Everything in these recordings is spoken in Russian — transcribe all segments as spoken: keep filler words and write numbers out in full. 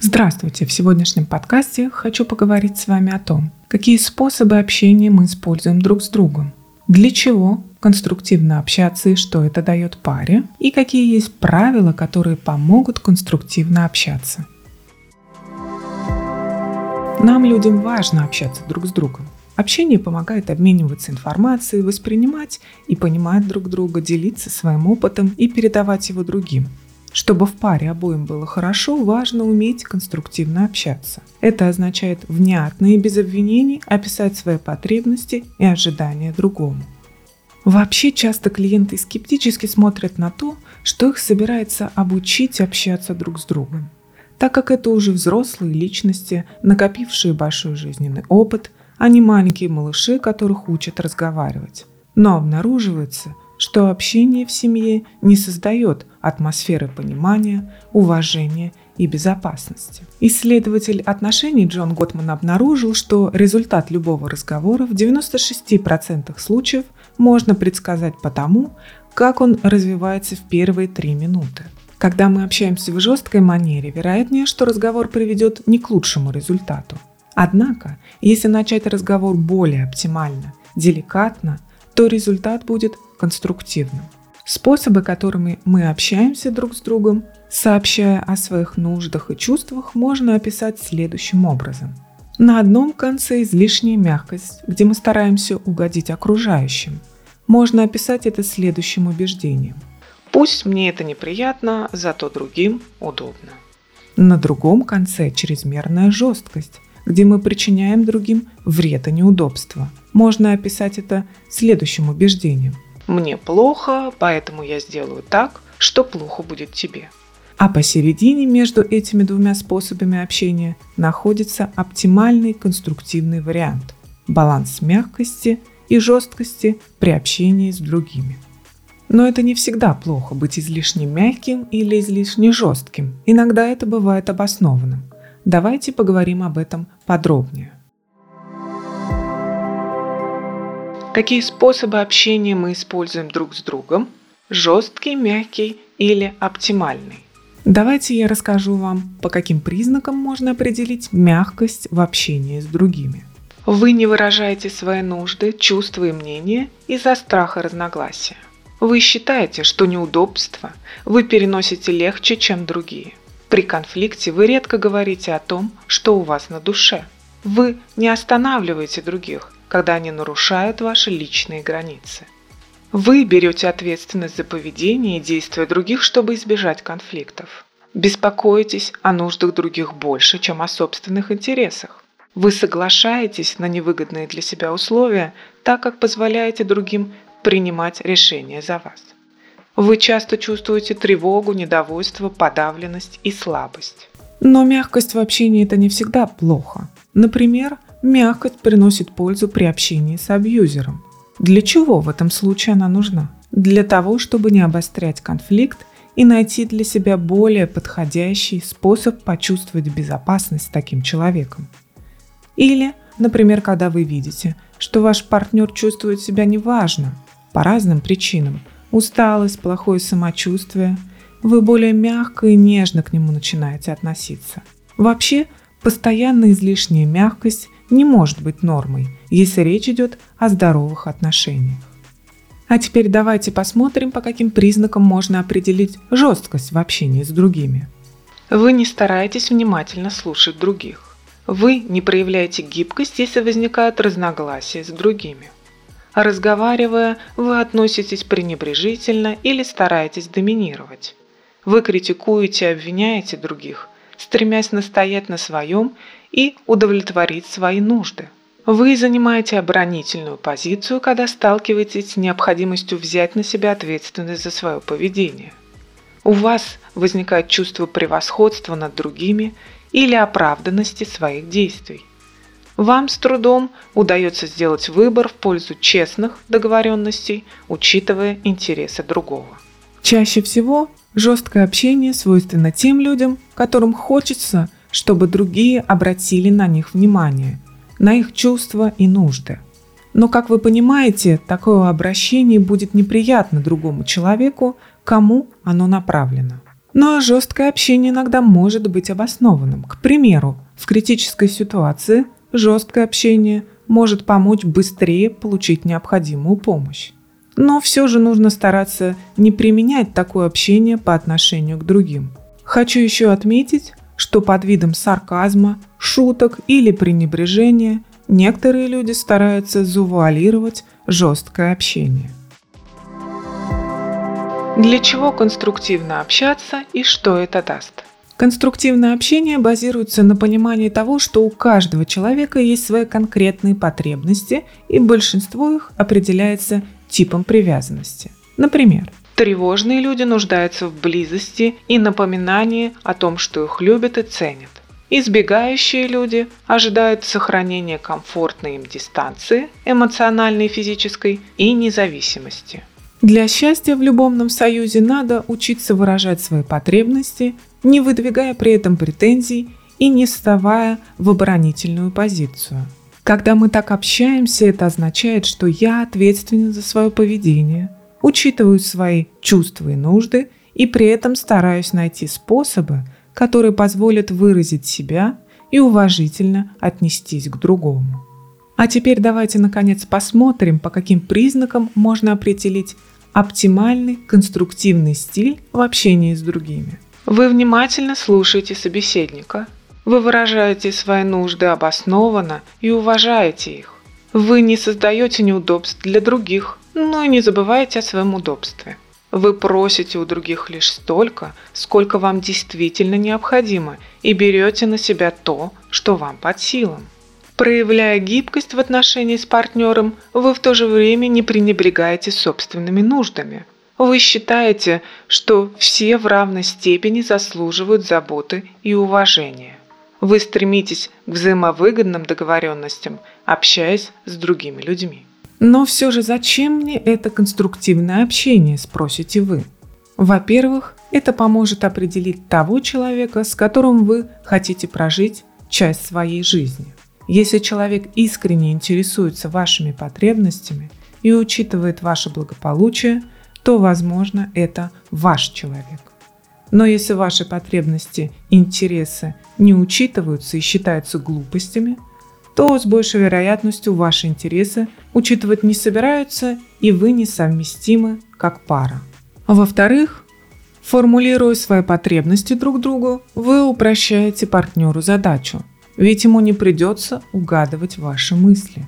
Здравствуйте! В сегодняшнем подкасте хочу поговорить с вами о том, какие способы общения мы используем друг с другом, для чего конструктивно общаться и что это дает паре, и какие есть правила, которые помогут конструктивно общаться. Нам, людям, важно общаться друг с другом. Общение помогает обмениваться информацией, воспринимать и понимать друг друга, делиться своим опытом и передавать его другим. Чтобы в паре обоим было хорошо, важно уметь конструктивно общаться. Это означает внятно и без обвинений описать свои потребности и ожидания другому. Вообще, часто клиенты скептически смотрят на то, что их собирается обучить общаться друг с другом, так как это уже взрослые личности, накопившие большой жизненный опыт, а не маленькие малыши, которых учат разговаривать. Но обнаруживается, что общение в семье не создает атмосферы понимания, уважения и безопасности. Исследователь отношений Джон Готман обнаружил, что результат любого разговора в девяноста шести процентах случаев можно предсказать по тому, как он развивается в первые три минуты. Когда мы общаемся в жесткой манере, вероятнее, что разговор приведет не к лучшему результату. Однако, если начать разговор более оптимально, деликатно, то результат будет конструктивным. Способы, которыми мы общаемся друг с другом, сообщая о своих нуждах и чувствах, можно описать следующим образом. На одном конце излишняя мягкость, где мы стараемся угодить окружающим. Можно описать это следующим убеждением. Пусть мне это неприятно, зато другим удобно. На другом конце чрезмерная жесткость, где мы причиняем другим вред и неудобства. Можно описать это следующим убеждением. Мне плохо, поэтому я сделаю так, что плохо будет тебе. А посередине между этими двумя способами общения находится оптимальный конструктивный вариант – баланс мягкости и жесткости при общении с другими. Но это не всегда плохо – быть излишне мягким или излишне жестким. Иногда это бывает обоснованным. Давайте поговорим об этом подробнее. Какие способы общения мы используем друг с другом? Жесткий, мягкий или оптимальный? Давайте я расскажу вам, по каким признакам можно определить мягкость в общении с другими. Вы не выражаете свои нужды, чувства и мнения из-за страха разногласия. Вы считаете, что неудобства вы переносите легче, чем другие. При конфликте вы редко говорите о том, что у вас на душе. Вы не останавливаете других, когда они нарушают ваши личные границы. Вы берете ответственность за поведение и действия других, чтобы избежать конфликтов. Беспокоитесь о нуждах других больше, чем о собственных интересах. Вы соглашаетесь на невыгодные для себя условия, так как позволяете другим принимать решения за вас. Вы часто чувствуете тревогу, недовольство, подавленность и слабость. Но мягкость в общении – это не всегда плохо. Например, мягкость приносит пользу при общении с абьюзером. Для чего в этом случае она нужна? Для того, чтобы не обострять конфликт и найти для себя более подходящий способ почувствовать безопасность с таким человеком. Или, например, когда вы видите, что ваш партнер чувствует себя неважно по разным причинам, усталость, плохое самочувствие, вы более мягко и нежно к нему начинаете относиться. Вообще, постоянная излишняя мягкость не может быть нормой, если речь идет о здоровых отношениях. А теперь давайте посмотрим, по каким признакам можно определить жесткость в общении с другими. Вы не стараетесь внимательно слушать других. Вы не проявляете гибкость, если возникают разногласия с другими. А разговаривая, вы относитесь пренебрежительно или стараетесь доминировать. Вы критикуете и обвиняете других, стремясь настоять на своем и удовлетворить свои нужды. Вы занимаете оборонительную позицию, когда сталкиваетесь с необходимостью взять на себя ответственность за свое поведение. У вас возникает чувство превосходства над другими или оправданности своих действий. Вам с трудом удается сделать выбор в пользу честных договоренностей, учитывая интересы другого. Чаще всего жесткое общение свойственно тем людям, которым хочется, чтобы другие обратили на них внимание, на их чувства и нужды. Но, как вы понимаете, такое обращение будет неприятно другому человеку, кому оно направлено. Но жесткое общение иногда может быть обоснованным. К примеру, в критической ситуации жесткое общение может помочь быстрее получить необходимую помощь. Но все же нужно стараться не применять такое общение по отношению к другим. Хочу еще отметить, что под видом сарказма, шуток или пренебрежения некоторые люди стараются завуалировать жесткое общение. Для чего конструктивно общаться и что это даст? Конструктивное общение базируется на понимании того, что у каждого человека есть свои конкретные потребности, и большинство их определяется типом привязанности. Например, тревожные люди нуждаются в близости и напоминании о том, что их любят и ценят. Избегающие люди ожидают сохранения комфортной им дистанции, эмоциональной, физической и независимости. Для счастья в любовном союзе надо учиться выражать свои потребности, не выдвигая при этом претензий и не вставая в оборонительную позицию. Когда мы так общаемся, это означает, что я ответственен за свое поведение, учитываю свои чувства и нужды и при этом стараюсь найти способы, которые позволят выразить себя и уважительно отнестись к другому. А теперь давайте наконец посмотрим, по каким признакам можно определить оптимальный конструктивный стиль в общении с другими. Вы внимательно слушаете собеседника. Вы выражаете свои нужды обоснованно и уважаете их. Вы не создаете неудобств для других, но и не забываете о своем удобстве. Вы просите у других лишь столько, сколько вам действительно необходимо, и берете на себя то, что вам под силам. Проявляя гибкость в отношении с партнером, вы в то же время не пренебрегаете собственными нуждами. Вы считаете, что все в равной степени заслуживают заботы и уважения. Вы стремитесь к взаимовыгодным договоренностям, общаясь с другими людьми. Но все же зачем мне это конструктивное общение, спросите вы? Во-первых, это поможет определить того человека, с которым вы хотите прожить часть своей жизни. Если человек искренне интересуется вашими потребностями и учитывает ваше благополучие, то, возможно, это ваш человек. Но если ваши потребности и интересы не учитываются и считаются глупостями, то с большей вероятностью ваши интересы учитывать не собираются, и вы несовместимы как пара. Во-вторых, формулируя свои потребности друг другу, вы упрощаете партнеру задачу, ведь ему не придется угадывать ваши мысли.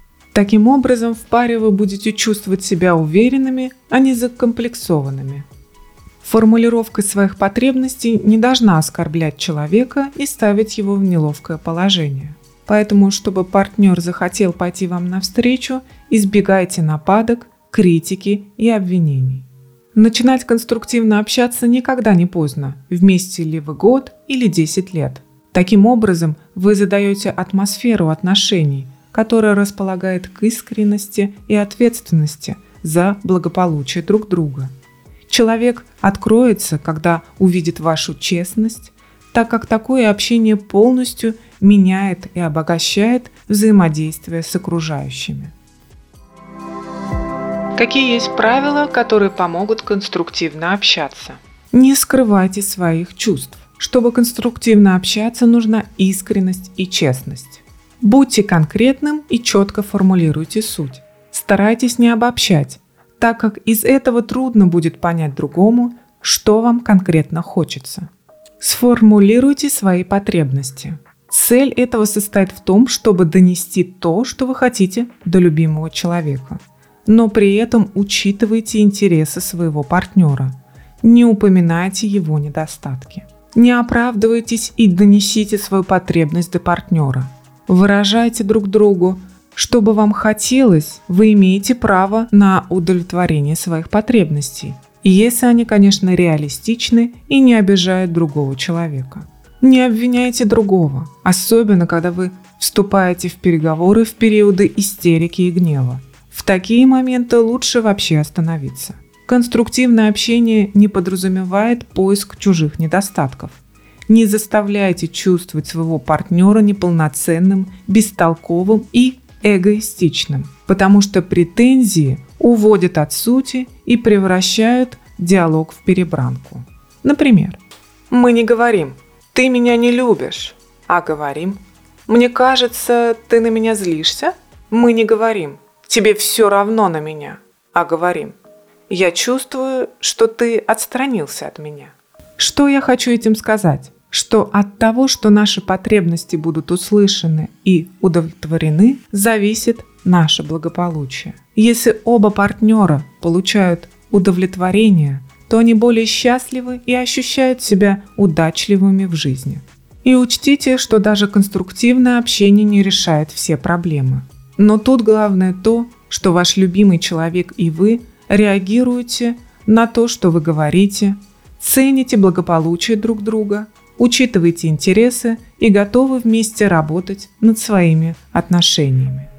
Таким образом, в паре вы будете чувствовать себя уверенными, а не закомплексованными. Формулировка своих потребностей не должна оскорблять человека и ставить его в неловкое положение. Поэтому, чтобы партнер захотел пойти вам навстречу, избегайте нападок, критики и обвинений. Начинать конструктивно общаться никогда не поздно, вместе ли вы год или десять лет. Таким образом, вы задаете атмосферу отношений, которая располагает к искренности и ответственности за благополучие друг друга. Человек откроется, когда увидит вашу честность, так как такое общение полностью меняет и обогащает взаимодействие с окружающими. Какие есть правила, которые помогут конструктивно общаться? Не скрывайте своих чувств. Чтобы конструктивно общаться, нужна искренность и честность. Будьте конкретным и четко формулируйте суть. Старайтесь не обобщать, так как из этого трудно будет понять другому, что вам конкретно хочется. Сформулируйте свои потребности. Цель этого состоит в том, чтобы донести то, что вы хотите, до любимого человека. Но при этом учитывайте интересы своего партнера. Не упоминайте его недостатки. Не оправдывайтесь и донесите свою потребность до партнера. Выражайте друг другу, что бы вам хотелось, вы имеете право на удовлетворение своих потребностей. И если они, конечно, реалистичны и не обижают другого человека. Не обвиняйте другого, особенно когда вы вступаете в переговоры в периоды истерики и гнева. В такие моменты лучше вообще остановиться. Конструктивное общение не подразумевает поиск чужих недостатков. Не заставляйте чувствовать своего партнера неполноценным, бестолковым и эгоистичным, потому что претензии уводят от сути и превращают диалог в перебранку. Например, мы не говорим «ты меня не любишь», а говорим «мне кажется, ты на меня злишься». Мы не говорим «тебе все равно на меня», а говорим «я чувствую, что ты отстранился от меня». Что я хочу этим сказать? Что от того, что наши потребности будут услышаны и удовлетворены, зависит наше благополучие. Если оба партнера получают удовлетворение, то они более счастливы и ощущают себя удачливыми в жизни. И учтите, что даже конструктивное общение не решает все проблемы. Но тут главное то, что ваш любимый человек и вы реагируете на то, что вы говорите, цените благополучие друг друга, учитываете интересы и готовы вместе работать над своими отношениями.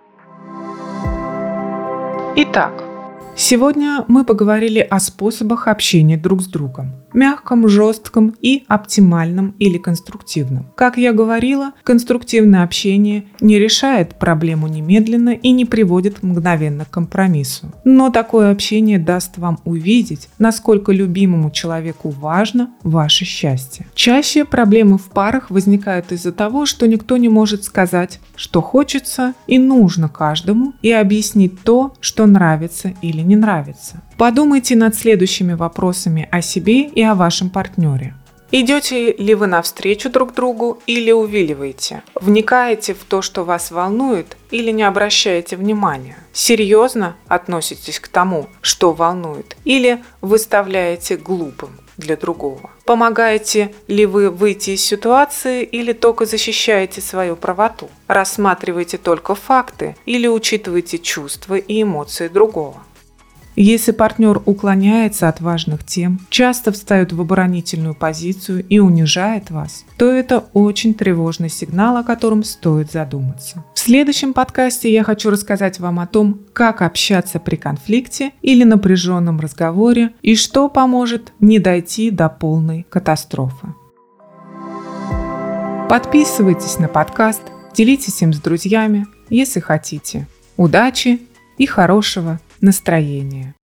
Итак, сегодня мы поговорили о способах общения друг с другом. Мягком, жестком и оптимальном или конструктивном. Как я говорила, конструктивное общение не решает проблему немедленно и не приводит мгновенно к компромиссу. Но такое общение даст вам увидеть, насколько любимому человеку важно ваше счастье. Чаще проблемы в парах возникают из-за того, что никто не может сказать, что хочется и нужно каждому, и объяснить то, что нравится или не нравится. Подумайте над следующими вопросами о себе и о вашем партнере. Идете ли вы навстречу друг другу или увиливаете? Вникаете в то, что вас волнует, или не обращаете внимания? Серьезно относитесь к тому, что волнует, или выставляете глупым для другого? Помогаете ли вы выйти из ситуации или только защищаете свою правоту? Рассматриваете только факты или учитываете чувства и эмоции другого? Если партнер уклоняется от важных тем, часто встает в оборонительную позицию и унижает вас, то это очень тревожный сигнал, о котором стоит задуматься. В следующем подкасте я хочу рассказать вам о том, как общаться при конфликте или напряженном разговоре и что поможет не дойти до полной катастрофы. Подписывайтесь на подкаст, делитесь им с друзьями, если хотите. Удачи и хорошего настроения.